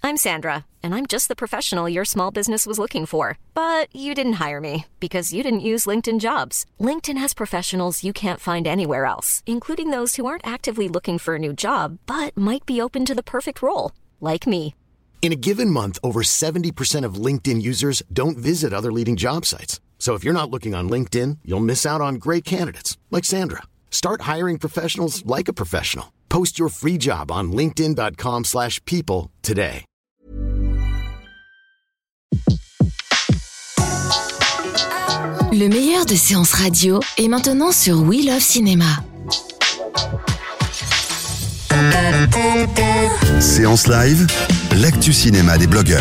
I'm Sandra, and I'm just the professional your small business was looking for. But you didn't hire me because you didn't use LinkedIn Jobs. LinkedIn has professionals you can't find anywhere else, including those who aren't actively looking for a new job, but might be open to the perfect role, like me. In a given month, over 70% of LinkedIn users don't visit other leading job sites. So if you're not looking on LinkedIn, you'll miss out on great candidates like Sandra. Start hiring professionals like a professional. Post your free job on linkedin.com/people today. Le meilleur de séances radio est maintenant sur We Love Cinéma. Séance live, l'actu cinéma des blogueurs.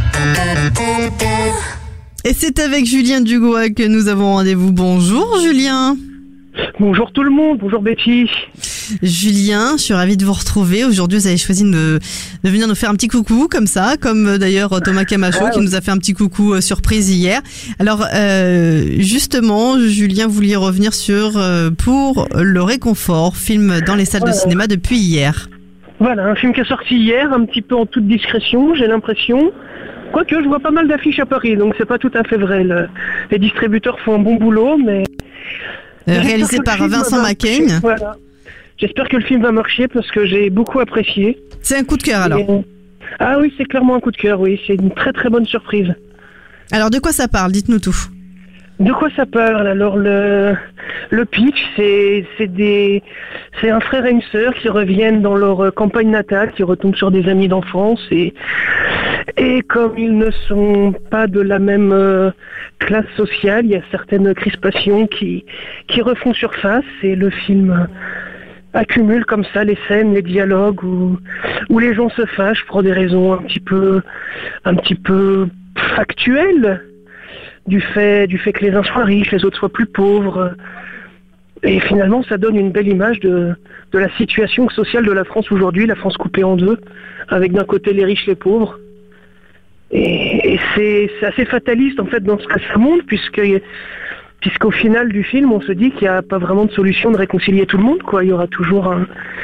Et c'est avec Julien Dugois que nous avons rendez-vous. Bonjour Julien. Bonjour tout le monde, bonjour Betty. Julien, je suis ravie de vous retrouver. Aujourd'hui, vous avez choisi de venir nous faire un petit coucou comme ça, comme d'ailleurs Thomas Camacho qui nous a fait un petit coucou surprise hier. Alors justement, Julien, vous vouliez revenir sur Pour le réconfort, film dans les salles de cinéma depuis hier. Voilà, un film qui est sorti hier, un petit peu en toute discrétion, j'ai l'impression. Quoique, je vois pas mal d'affiches à Paris, donc c'est pas tout à fait vrai. Les distributeurs font un bon boulot, mais... réalisé par Vincent Macaigne. Voilà. J'espère que le film va marcher parce que j'ai beaucoup apprécié. C'est un coup de cœur alors. Ah oui, c'est clairement un coup de cœur, oui. C'est une très très bonne surprise. Alors de quoi ça parle? Dites-nous tout. De quoi ça parle? Alors le pitch, c'est un frère et une sœur qui reviennent dans leur campagne natale, qui retombent sur des amis d'enfance et comme ils ne sont pas de la même classe sociale, il y a certaines crispations qui refont surface et le film accumule comme ça les scènes, les dialogues où les gens se fâchent pour des raisons un petit peu factuelles. Du fait que les uns soient riches, les autres soient plus pauvres. Et finalement, ça donne une belle image de la situation sociale de la France aujourd'hui, la France coupée en deux, avec d'un côté les riches, les pauvres. Et c'est assez fataliste en fait dans ce que ça montre, puisqu'au final du film, on se dit qu'il n'y a pas vraiment de solution de réconcilier tout le monde, quoi. Il y aura toujours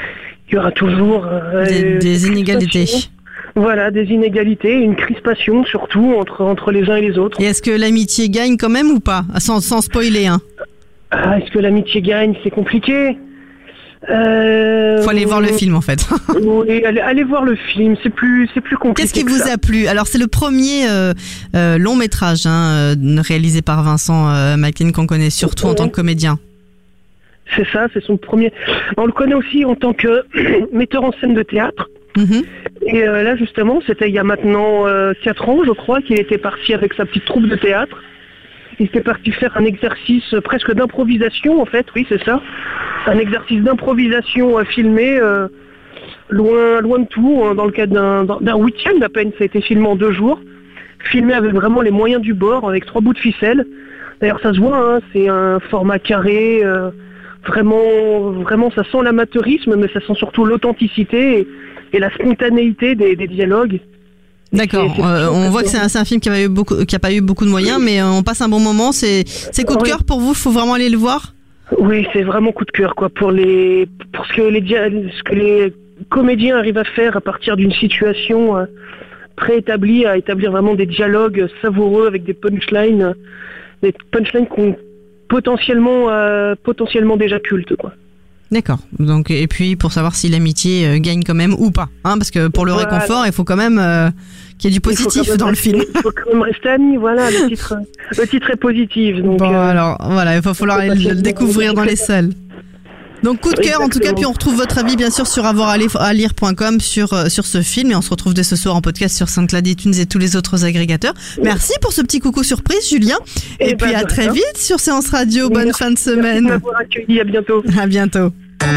des inégalités. Voilà, des inégalités, une crispation surtout entre les uns et les autres. Et est-ce que l'amitié gagne quand même ou pas? Sans spoiler, hein. Ah, est-ce que l'amitié gagne? C'est compliqué. Faut aller voir le film en fait. Oui, allez voir le film, c'est plus compliqué. Qu'est-ce qui vous a plu? Alors c'est le premier long métrage réalisé par Vincent Macaigne qu'on connaît surtout en tant que comédien. C'est ça, c'est son premier. On le connaît aussi en tant que metteur en scène de théâtre. Mm-hmm. Et là justement, c'était il y a maintenant 4 ans, je crois, qu'il était parti avec sa petite troupe de théâtre. Il était parti faire un exercice presque d'improvisation, en fait, oui, c'est ça. Un exercice d'improvisation filmé loin de tout, dans le cadre d'un week-end à peine. Ça a été filmé en 2 jours, filmé avec vraiment les moyens du bord, avec 3 bouts de ficelle. D'ailleurs, ça se voit, hein, c'est un format carré, vraiment, ça sent l'amateurisme, mais ça sent surtout l'authenticité et la spontanéité des dialogues. D'accord, on voit que c'est un film qui a pas eu beaucoup de moyens, mais on passe un bon moment. C'est coup de cœur pour vous, il faut vraiment aller le voir. Oui, c'est vraiment coup de cœur, quoi, pour ce que les comédiens arrivent à faire à partir d'une situation préétablie, à établir vraiment des dialogues savoureux avec des punchlines qu'on potentiellement déjà cultes, quoi. D'accord. Donc, et puis pour savoir si l'amitié gagne quand même ou pas, hein, parce que pour le réconfort, il faut quand même qu'il y ait du positif dans le film. Il faut quand même rester amis. Voilà, le titre est positif. Donc, bon, alors voilà, il va falloir le découvrir dans les salles. Donc coup de cœur en tout cas, puis on retrouve votre avis bien sûr sur avoiralire.com sur ce film et on se retrouve dès ce soir en podcast sur SoundCloud, iTunes et tous les autres agrégateurs. Merci pour ce petit coucou surprise Julien et puis à très vite sur Séance Radio. Bonne fin de semaine. Merci de m'avoir accueilli, à bientôt. À bientôt.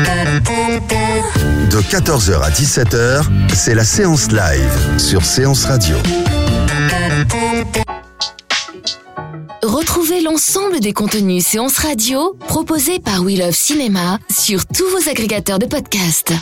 De 14h à 17h, c'est la séance live sur Séance Radio. Retrouvez l'ensemble des contenus séances radio proposés par We Love Cinéma sur tous vos agrégateurs de podcasts.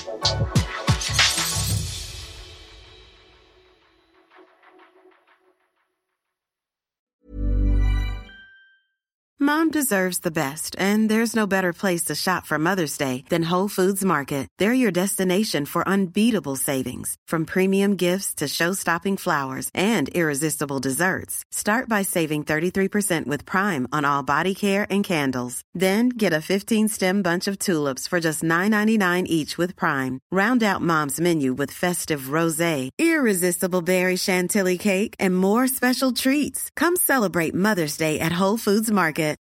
mom deserves the best, and there's no better place to shop for Mother's Day than Whole Foods Market. They're your destination for unbeatable savings, from premium gifts to show-stopping flowers and irresistible desserts. Start by saving 33% with Prime on all body care and candles. Then get a 15-stem bunch of tulips for just $9.99 each with Prime. Round out Mom's menu with festive rosé, irresistible berry chantilly cake, and more special treats. Come celebrate Mother's Day at Whole Foods Market.